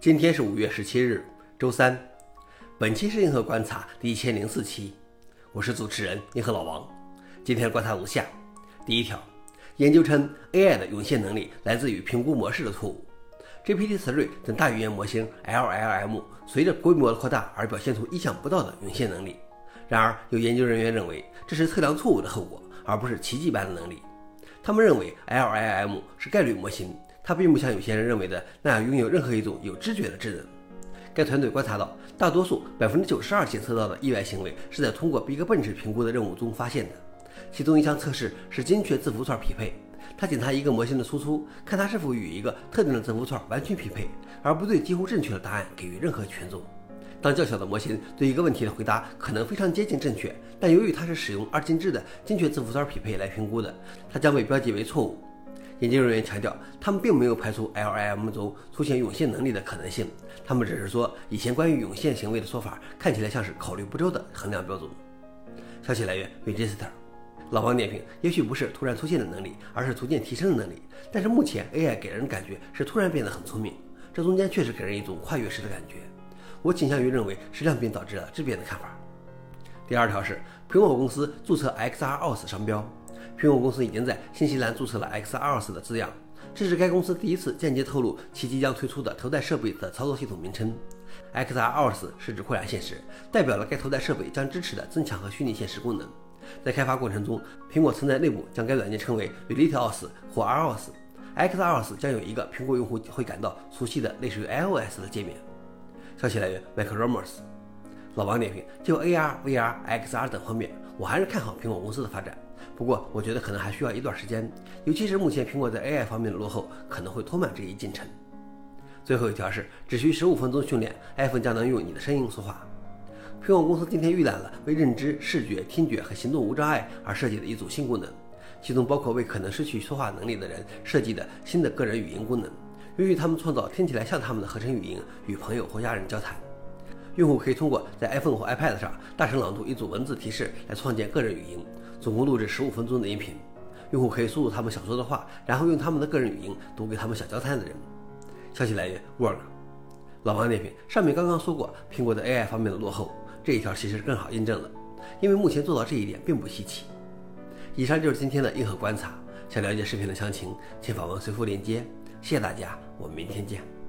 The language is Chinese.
今天是5月17日，周三。本期是硬核观察第1004期，我是主持人硬核老王。今天的观察如下：第一条，研究称 AI 的涌现能力来自于评估模式的错误。GPT-4 等大语言模型 LLM 随着规模的扩大而表现出意想不到的涌现能力。然而，有研究人员认为这是测量错误的后果，而不是奇迹般的能力。他们认为 LLM 是概率模型，它并不像有些人认为的那样拥有任何一种有知觉的智能。该团队观察到，大多数92%检测到的意外行为是在通过 BigBench 评估的任务中发现的。其中一项测试是精确字符串匹配，他检查一个模型的输出，看它是否与一个特定的字符串完全匹配，而不对几乎正确的答案给予任何权重。当较小的模型对一个问题的回答可能非常接近正确，但由于它是使用二进制的精确字符串匹配来评估的，它将被标记为错误。研究人员强调，他们并没有排除 LLM 中出现涌现能力的可能性，他们只是说以前关于涌现行为的说法看起来像是考虑不周的衡量标准。消息来源 Register。 老王点评，也许不是突然出现的能力，而是逐渐提升的能力，但是目前 AI 给人感觉是突然变得很聪明，这中间确实给人一种跨越式的感觉。我倾向于认为是量变导致了质变的看法。第二条是苹果公司注册 XR-OS 商标。苹果公司已经在新西兰注册了 XR-OS 的字样，这是该公司第一次间接透露其即将推出的头戴设备的操作系统名称。XR-OS 是指扩展现实，代表了该头戴设备将支持的增强和虚拟现实功能。在开发过程中，苹果曾在内部将该软件称为 RealityOS 或 ROS。XR-OS 将有一个苹果用户会感到熟悉的类似于 iOS 的界面。消息来源 Macrumors。 老王点评，就 AR、VR、XR 等方面，我还是看好苹果公司的发展。不过，我觉得可能还需要一段时间，尤其是目前苹果在 AI 方面的落后，可能会拖慢这一进程。最后一条是，只需15分钟训练 ，iPhone 将能用你的声音说话。苹果公司今天预览了为认知、视觉、听觉和行动无障碍而设计的一组新功能，其中包括为可能失去说话能力的人设计的新的个人语音功能，允许他们创造听起来像他们的合成语音，与朋友或家人交谈。用户可以通过在 iPhone 或 iPad 上大声朗读一组文字提示来创建个人语音，总共录制15分钟的音频。用户可以输入他们想说的话，然后用他们的个人语音读给他们想交谈的人。消息来源 Word。 老王点评，上面刚刚说过苹果在 AI 方面的落后，这一条其实更好印证了，因为目前做到这一点并不稀奇。以上就是今天的硬核观察，想了解视频的详情请访问随附链接。谢谢大家，我们明天见。